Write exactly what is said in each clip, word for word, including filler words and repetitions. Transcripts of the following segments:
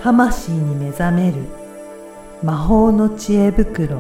魂に目覚める魔法の知恵袋。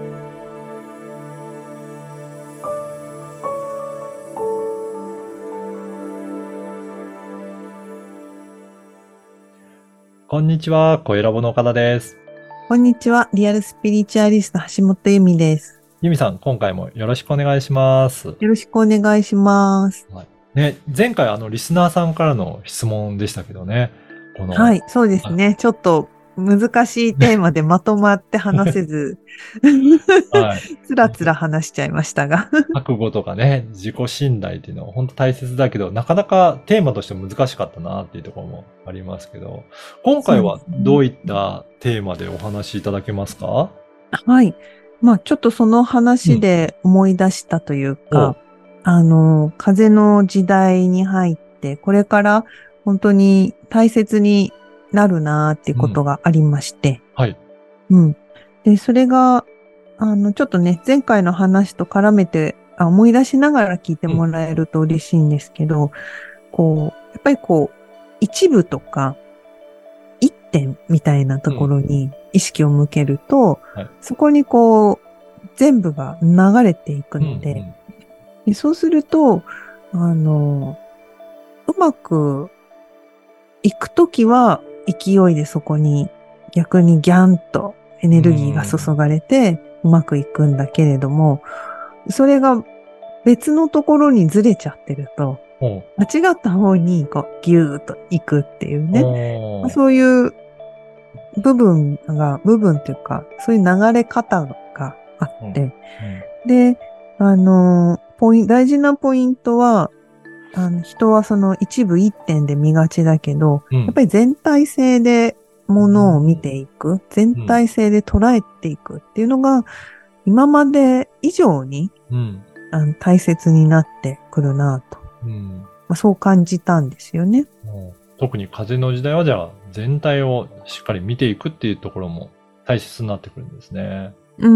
こんにちは、声ラボの岡田です。 こんにちは、リアルスピリチュアリスト橋本由美です。 由美さん、今回もよろしくお願いします。よろしくお願いします。 はい、ね、前回あのリスナーさんからの質問でしたけどね。 このはい、そうですね。ちょっと難しいテーマでまとまって話せず、はい、つらつら話しちゃいましたが。 覚悟とかね、自己信頼っていうのは本当大切だけど、なかなかテーマとして難しかったなっていうところもありますけど、今回はどういったテーマでお話しいただけますか？ はい。まあちょっとその話で思い出したというか、うん、あの、風の時代に入って、これから本当に大切になるなーっていうことがありまして。 うん、はい。 うん。で、それが、あの、ちょっとね、前回の話と絡めて、あ思い出しながら聞いてもらえると嬉しいんですけど、うん、こう、やっぱりこう、一部とか、一点みたいなところに意識を向けると、うんはい、そこにこう、全部が流れていくので、うんうん、でそうすると、あの、うまく行くときは勢いでそこに逆にギャンとエネルギーが注がれてうまくいくんだけれども、それが別のところにずれちゃってると、間違った方にこうギューッと行くっていうね、そういう部分が、部分っていうか、そういう流れ方があって、うんうん、で、あの、ポイント、大事なポイントは、あの人はその一部一点で見がちだけど、うん、やっぱり全体性でものを見ていく、うん、全体性で捉えていくっていうのが、今まで以上に、うん、あの大切になってくるなと、うんまあ、そう感じたんですよね。 特に風の時代はじゃあ全体をしっかり見ていくっていうところも大切になってくるんですね。 うん、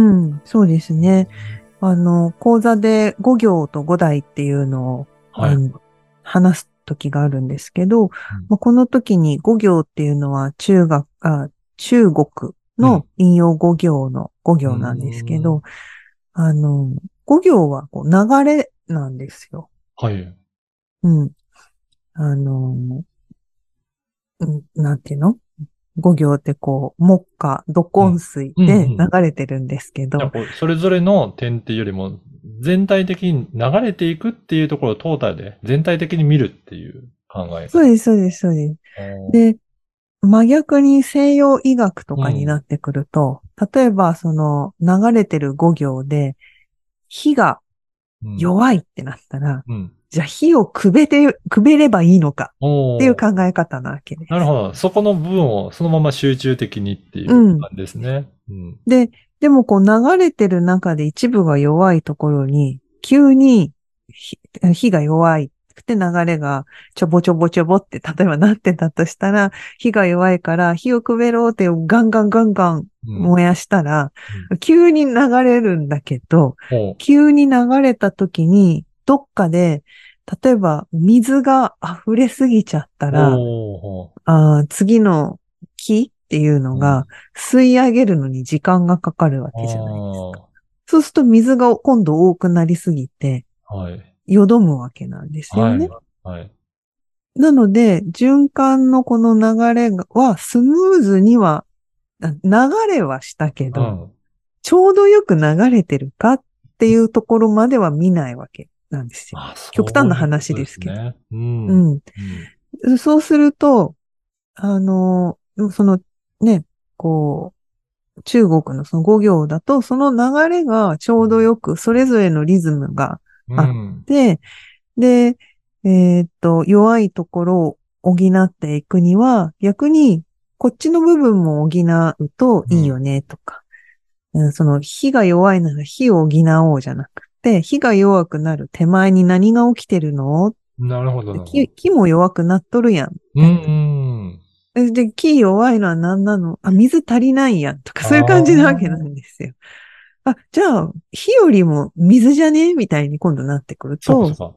そうですね。あの、講座でご行とご代っていうのを、はい、話す時があるんですけど、うんまあ、この時にご行っていうのは中学、あ中国の引用ご行のご行なんですけど、うん、あの、ご行はこう流れなんですよ。 はい。 うん。あの、なんていうの五行ってこう、木下、土根水で流れてるんですけど、 うんうんうん、それぞれの点っていうよりも、全体的に流れていくっていうところをトータルで全体的に見るっていう考え方。 そうです、そうです、そうです。で、真逆に西洋医学とかになってくると、うん、例えばその流れてる五行で、火が弱いってなったら、うんうんじゃあ火をくべて、くべればいいのかっていう考え方なわけです。 なるほど。そこの部分をそのまま集中的にっていう感じですね。 うんうん、で、でもこう流れてる中で一部が弱いところに、急に火が弱いって流れがちょぼちょぼちょぼって例えばなってたとしたら、火が弱いから火をくべろうってガンガンガンガン燃やしたら、うん、急に流れるんだけど、うん、急に流れた時に、どっかで、例えば水が溢れすぎちゃったら、あ次の木っていうのが吸い上げるのに時間がかかるわけじゃないですか。そうすると水が今度多くなりすぎて、よどむわけなんですよね。はいはい、なので、循環のこの流れはスムーズには、流れはしたけど、うん、ちょうどよく流れてるかっていうところまでは見ないわけ。なんですよ。極端な話ですけど。ううん、うん。そうすると、あの、そのね、こう、中国のその五行だと、その流れがちょうどよく、それぞれのリズムがあって、うん、で、えー、っと、弱いところを補っていくには、逆に、こっちの部分も補うといいよね、とか、うん、その火が弱いなら火を補おうじゃなくで、火が弱くなる手前に何が起きてるの？ なるほど。 木、木も弱くなっとるやん。うんうん、で、木弱いのは何なの？あ、水足りないやん。とか、そういう感じなわけなんですよ。あ、じゃあ、火よりも水じゃねみたいに今度なってくると、そうか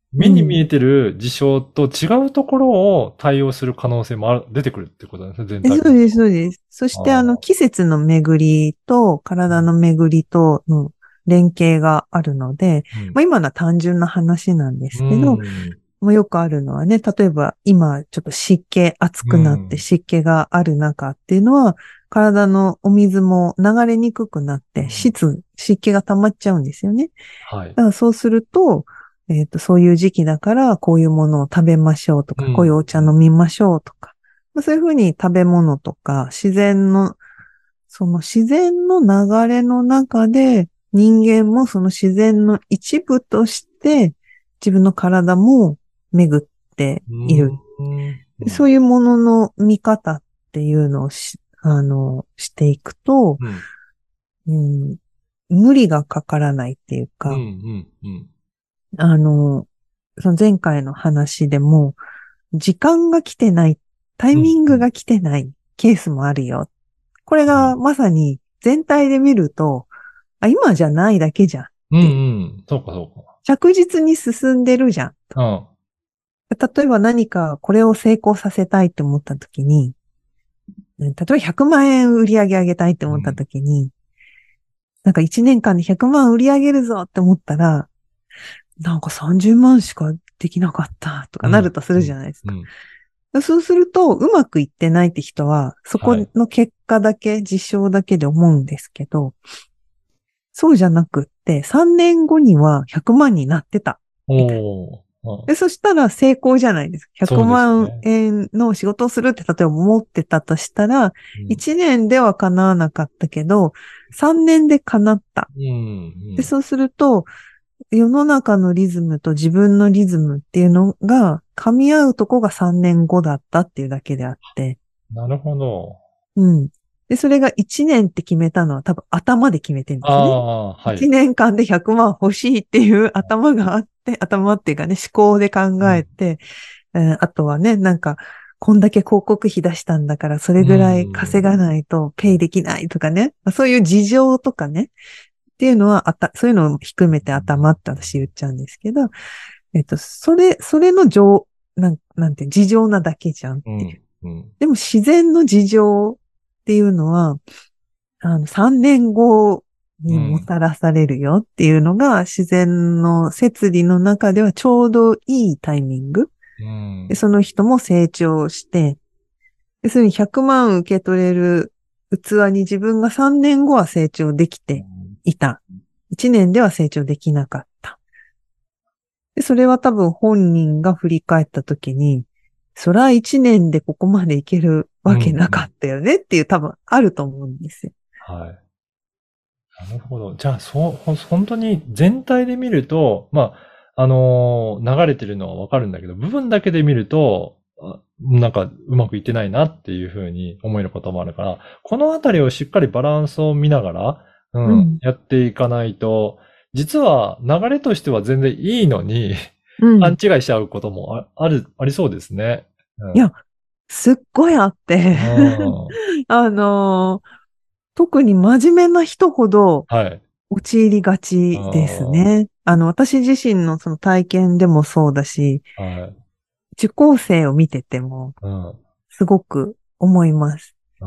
目に見えてる事象と違うところを対応する可能性もある出てくるってことなんですね、全え体そうです、そうです。そして、あの、 あ季節の巡りと体の巡りとの連携があるので、 うん。 まあ、今のは単純な話なんですうけど、 ん。 まあ、よくあるのはね、例えば今ちょっと湿気、暑くなってうん。 湿気がある中っていうのは、体のお水も流れにくくなってうん湿、湿気が溜まっちゃうんですよね。 はい。 だからそうすると、えっと、そういう時期だからこういうものを食べましょうとか、こういううん。 お茶飲みましょうとか、まあ、そういうふうに食べ物とか自然の、その自然の流れの中で人間もその自然の一部として自分の体も巡ってういる。 ん。うんそういうものの見方っていうのをし、あの、していくと、 うん。 うん、無理がかからないっていううん。うか、 ん。うん。 あの、その前回の話でも、時間が来てない、タイうん。 ミンうん。 グが来てないケースもあるよ。これはい。 がまさに全体で見ると、あ、今じゃないだけじゃんっうん。 ていう。 うん。そうか、そうか。 着実に進んでるじゃん。 うん。 例えば何かこれを成功させたいって思った時に、うん例えばひゃくまん円売り上げ上げたいって思ったうん。 時に、なんかいちねんかんでひゃくまん売り上げるぞって思ったら、なんかさんじゅうまんしかできなかったとかなるうん。 とするじゃないですか。 うん。 そうすると、うまくいってないって人は、そこはい。 の結果だけ、事象だけで思うんですけど、そうじゃなくって、さんねんごにはひゃくまんになってた。みたいおー。うで、 んそしたら成功じゃないですか。100 そうです万ね。 円の仕事をするって例えば思ってたとしたら、 うん。 いちねんでは叶わなかったけど、さんねんで叶った。 うん。うで、 ん。 そうすると、世の中のリズムと自分のリズムっていうのが噛み合うとこがさんねんごだったっていうだけであって、 なるほど。 うん。で、それがいちねんって決めたのは多分頭で決めてるんであすね。 あ、は 1 い。 年間でひゃくまん欲しいっていう頭があって、頭っていうかね、思考で考うん。 えて、えーあとはね、なんか、こんだけ広告費出したんだから、それうぐらい稼がん。 ないとペイできないとかね。まあそういう事情とかね。っていうのは、あた、そういうのを含めて頭って私言っちゃうんですけど、えっと、それ、それの情、なん、なんて、事情なだけじゃんっていう。 うん。うん。 でも自然の事情っていうのは、あの、さんねんごにもうん。 たらされるよっていうのが自然の摂理の中ではちょうどいいタイミング。 うで、 ん。 その人も成長して、要するにひゃくまん受け取れる器に自分がさんねんごは成長できていた。いちねんでは成長できなかった。で、それは多分本人が振り返った時に、そらいちねんでここまでいけるうん。 わけなかうんったよねっていう多分あると思うんですよ。 はい。なるほど。じゃあ、そう、ほん本当に全体で見ると、まあ、あのー流れてるのはわかるんだけど、部分だけで見ると、あなんかうまくいってないなっていうふうに思えることもあるから、このあたりをしっかりバランスを見ながら、うん、 うん。 やっていかないと、実は流れとしては全然いいのに、 う勘ん。 違いしちゃうこともあある、ありそうですね。うん。 いや、すっごいあってうん。 あのー特に真面目な人ほどはい。 陥りがちですあね。あの、私自身のその体験でもそうだし、 あ、はい。 受講生を見てても、 うん。 すごく思います。 うん。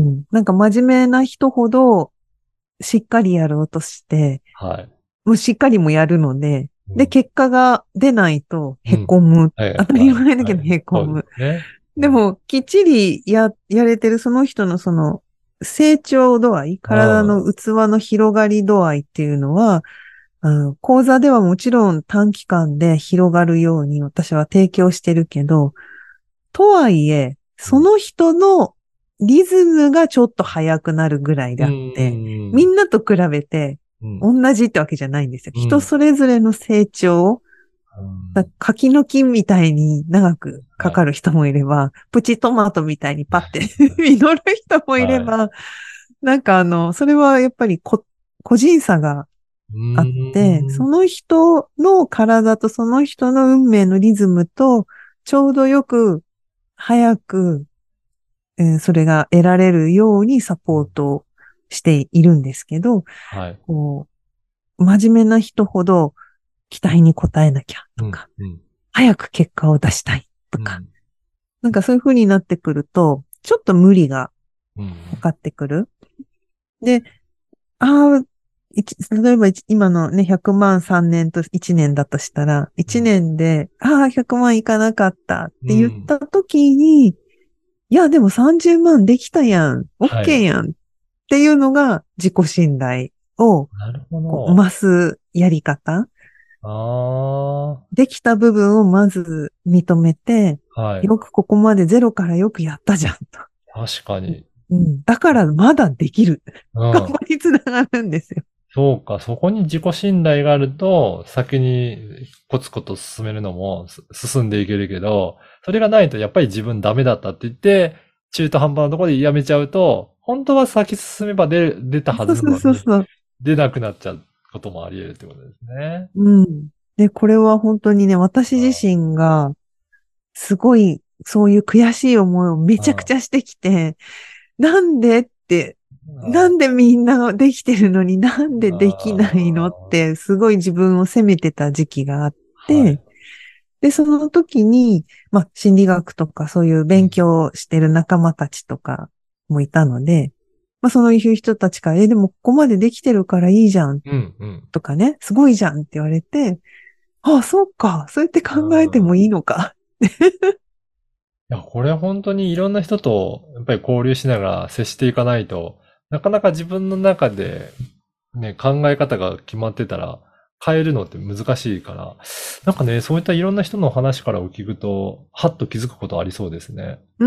うん。なんか真面目な人ほど、しっかりやろうとして、 はい。 もうしっかりもやるので、で、 うん。 結果が出ないとうん。 凹む。 はい、 当たりはい、 前だけどはい。そうで凹む。 すね。うん。 でも、きっちりや、やれてるその人のその、成長度合い、 うん。 体の器の広がり度合いっていうのは、うん、講座ではもちろん短期間で広がるように私は提供してるけど、とはいえ、 うん。 その人のリズムがちょっと速くなるぐらいうであって、みん。 んなと比べてうん。 同じってわけじゃないんですよ。 うん。 人それぞれの成長、 うん。 だ柿の木みたいに長くかはい。 かる人もいれば、プチトマトみたいにパッて実る人もいれはい。 ば、なんかあの、それはやっぱりこ個人差がうあって、 ーん。 その人の体とその人の運命のリズムと、ちょうどよく、早く、えーそれが得られるようにサポートしているんですけど、 はい。 こう、真面目な人ほど、 期待に応えなきゃとか、 うんうん早く結果を出したいとか、 うんなんかそういう風になってくると、ちょっと無理がうん分かってくる。で、ああ、いち例えばいち今のね、ひゃくまんさんねんといちねんだとしたら、いちねんで、ああ、ひゃくまんいかなかったって言った時に、いや、でもさんじゅうまんできたやん、 はい。 OK やんっていうのが自己信頼をなるほこうど。 増すやり方。 あできた部分をまず認めて、 あ、はい。 よくここまでゼロからよくやったじゃんと。 確かに。 うん。だからまだできる。 うここん。 につながるんですよ。 そうか、そこに自己信頼があると、先にコツコツ進めるのもす進んでいけるけど、それがないとやっぱり自分ダメだったって言って、中途半端なところでやめちゃうと、本当は先進めば出、出たはそうそうずなのに、 そうそう。 出なくなっちゃうこともあり得るってことですね。 うん。で、これは本当にね、私自あ身が、すごい、そういう悔しい思いをめちゃくあ、 ちゃしてきて、なんでって、なあんでみんなできてるのになんでできあ、 ないのって、すごい自分を責めてた時期があっはい。 て、で、その時に、まあ、心理学とかそういう勉強をしてる仲間たちとかもいたので、まあ、そういう人たちから、え、でもここまでできてるからいいじゃんうん、うん。 とかね、すごいじゃんって言われて、ああ、そうか、そうやって考えてもあいいのか。 いや、これ本当にいろんな人とやっぱり交流しながら接していかないと、なかなか自分の中でね、考え方が決まってたら変えるのって難しいから、なんかね、そういったいろんな人の話からを聞くと、はっと気づくことありそうですね。 うん。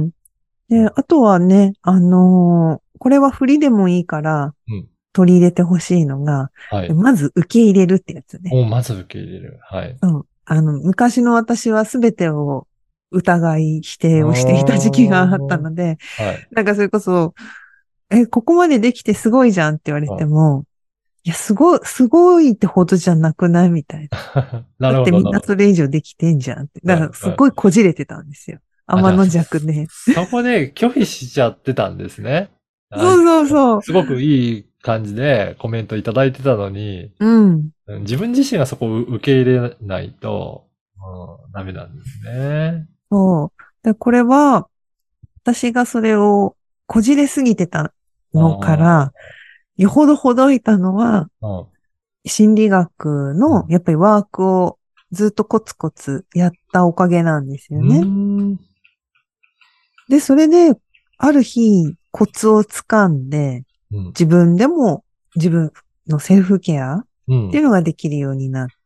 で、あとはね、あのーこれは振りでもいいからうん。 取り入れてほしいのが、 はい。 まず受け入れるってやつね。 をまず受け入れる。はい。 うん。あの、昔の私はすべてを疑い、否あ定をしていた時期があったーので、 はい。 なんかそれこそ、え、ここまでできてすごいじゃんって言われうんても、いや、すごい、すごいってほどじゃなくないみたいな。 なるほど、 だってみんななるほど。 それ以上できてんじゃんって。だからすうんうん。 ごいこじれてたんですよ。 あ、じゃあ、 天の弱で。 そこで拒否しちゃってたんですね。あ、 そうそうそう。 すごくいい感じでコメントいただいてたのに、 うん。 うん自分自身がそこを受け入れないと、うん、ダメなんですね。 そう。で、これは、私がそれをこじれすぎてたのかあら、よほどほどいたのは、 あ、 心理学の、 うん。 やっぱりワークをずっとコツコツやったおかげなんですうよね。 ーん。 で、それで、ある日、コツをつかんで、 うん。 自分でも自分のセルフケアっうん。 ていうのができるようになって、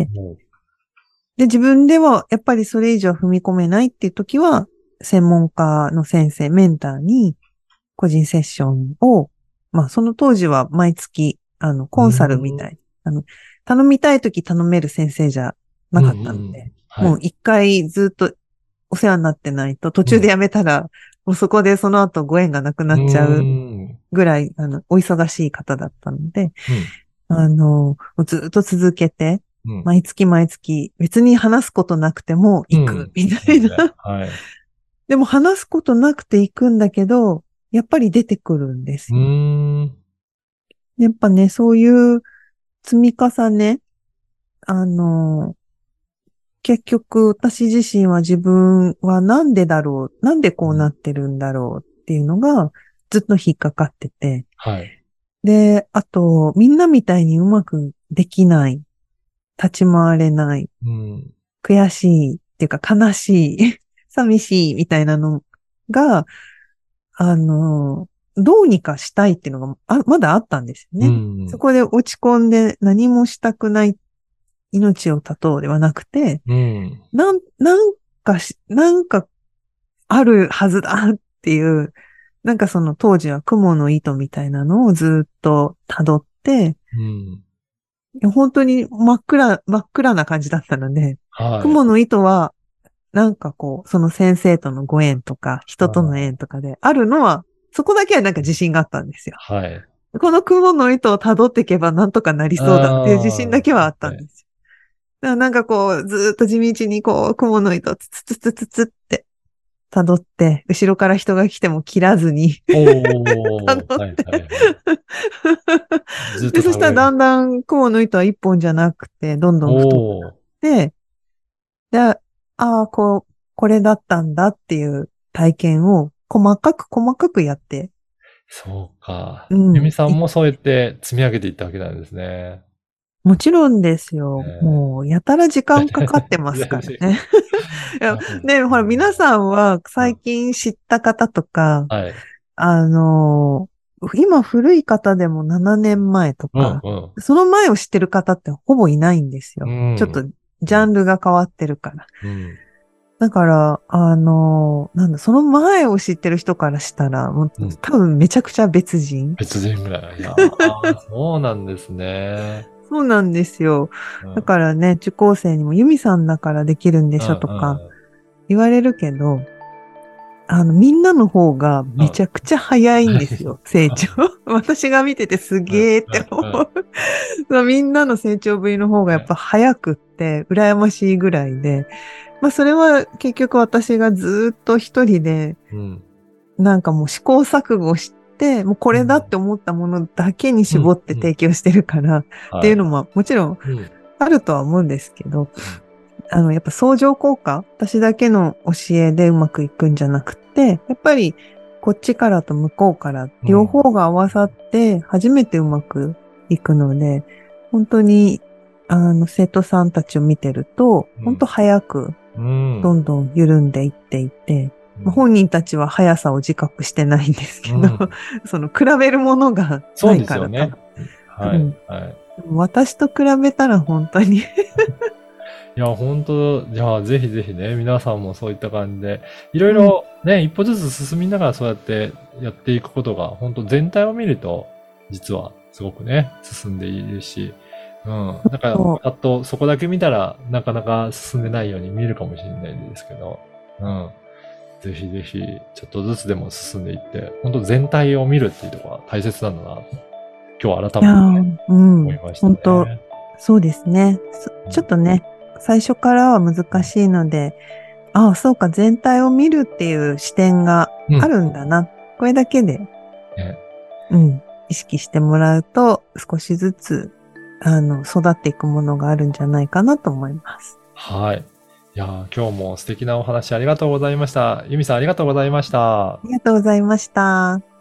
もうで、自分ではやっぱりそれ以上踏み込めないっていう時は、専門家の先生、メンターに個人セッションを、まあその当時は毎月、あの、 うーコンサルみたん。 い。あの、頼みたい時頼める先生じゃなうんうかったので、 んうん。はい。 もう一回ずっとお世話になってないと途うん。 中でやめたら、もうそこでその後ご縁がなくなうーっちゃうん。 ぐらい、あの、お忙しい方だったので、 うん。 あの、ずっと続けて、 うん。 毎月毎月、別に話すことなくても行く、 うん。 みたいな。 ですね。はい。 でも話すことなくて行くんだけど、やっぱり出てくるんでうーすよ。 ん。 やっぱね、そういう積み重ね、あの、結局私自身は自分はなんでだろう、なんでこうなってるんだろうっていうのがずっと引っかかってて。 はい。 で、あと、みんなみたいにうまくできない、立ち回れない、 うん。 悔しいっていうか悲しい、寂しいみたいなのが、あの、どうにかしたいっていうのがあまだあったんですようね。そん。 こで落ち込んで何もしたくない、命を絶とうではなくて、 うん。 なん、なんかし、なんかあるはずだっていう、なんかその当時は雲の糸みたいなのをずっと辿って、 うん。 いや本当に真っ暗、真っ暗な感じだったので、 はい。 雲の糸は、なんかこう、その先生とのご縁とか、人とのあ縁とかであるのは、そこだけはなんか自信があったんですよ。 あ、はい。 この雲の糸を辿っていけばなんとかなりそうだっていう自信だああ、 けはあったんねですよ。だからなんかこう、ずーっと地道にこう、雲の糸をつつつつつつって辿って、後ろから人が来ても切らずにおー、 辿って、 はいはいはい。ずっで、 と食べる。 そしたらだんだん雲の糸は一本じゃなくて、どんどん太っおー、 て、で、ああ、こう、これだったんだっていう体験を細かく細かくやって、 そうか。 うん。 ユミさんいもそうやって積み上げていったわけなんですね。 もちろんですよ。 ねもう、やたら時間かかってまいすやいやからね。いや、 なるほど。 ね、ほら、皆さんは最うん近知った方とか、 はい。 あの今古い方でもななねんまえとうんか、 うん。 その前を知ってる方ってほぼいないんですうよ。ちょっとん。 ジャンルが変わってるから。 うん。 だから、あのなんだ、その前を知ってる人からしたら、もううん。 多分めちゃくちゃ別人。 別人ぐらい。いやー、そうなんですね。 そうなんですよ。だうん。 からね、受講生にもユミさんだからできるんでうんしょとかうん言われるけど、あの、みんなの方がうん。 めちゃくちゃ早いんはい。 ですよ、成長。私が見ててすうんげーって思うんうん。 う。みんなの成長ぶりの方がやっね。 ぱ早くって、羨ましいぐらいで。まあそれは結局私がずーっと一人で、 うん。 なんかもう試行錯誤して、もうこれだっうん。 て思ったものだけにうん。 絞ってうん。 提供してるからってはい。 いうのももちろんうん。 あるとは思うんですけど、 うん。 あの、やっぱ相乗効果、私だけの教えでうまくいくんじゃなくて、やっぱりこっちからと向こうからうん。 両方が合わさって初めてうまくいくので、本当に、あの、生徒さんたちを見てると、本当早くうん。 どんどん緩んでいっていて、まあうん。 本人たちは速さを自覚してないんですけど、 うん。 その比べるものがそうないですよね。 から多分、 はい。 うん。 はい。 私と比べたら本当にいや、本当じゃあ、ぜひぜひね、皆さんもそういった感じで、いろいうん、 ろね、一歩ずつ進みながらそうやってやっていくことが、本当全体を見ると、実はすごくね、進んでいるし、うん。だから、 そパッとそこだけ見たら、なかなか進んでないように見えるかもしれないんですけど、うん。ぜひぜひ、ちょっとずつでも進んでいって、本当全体を見るっていうところが大切なんだな、今日改う。いめてやー、うん、 思いました本当ね。 そうですね。そちょっとね、最初からは難しいので、ああ、そうか、全体を見るっていう視点がうん。うん。 あるんだな。これだけで、 ねうん、意識してもらうと、少しずつ、あの、育っていくものがあるんじゃないかなと思います。 はい。いやー、今日も素敵なお話ありがとうございました。ユミさんありがとうございました。 ありがとうございました。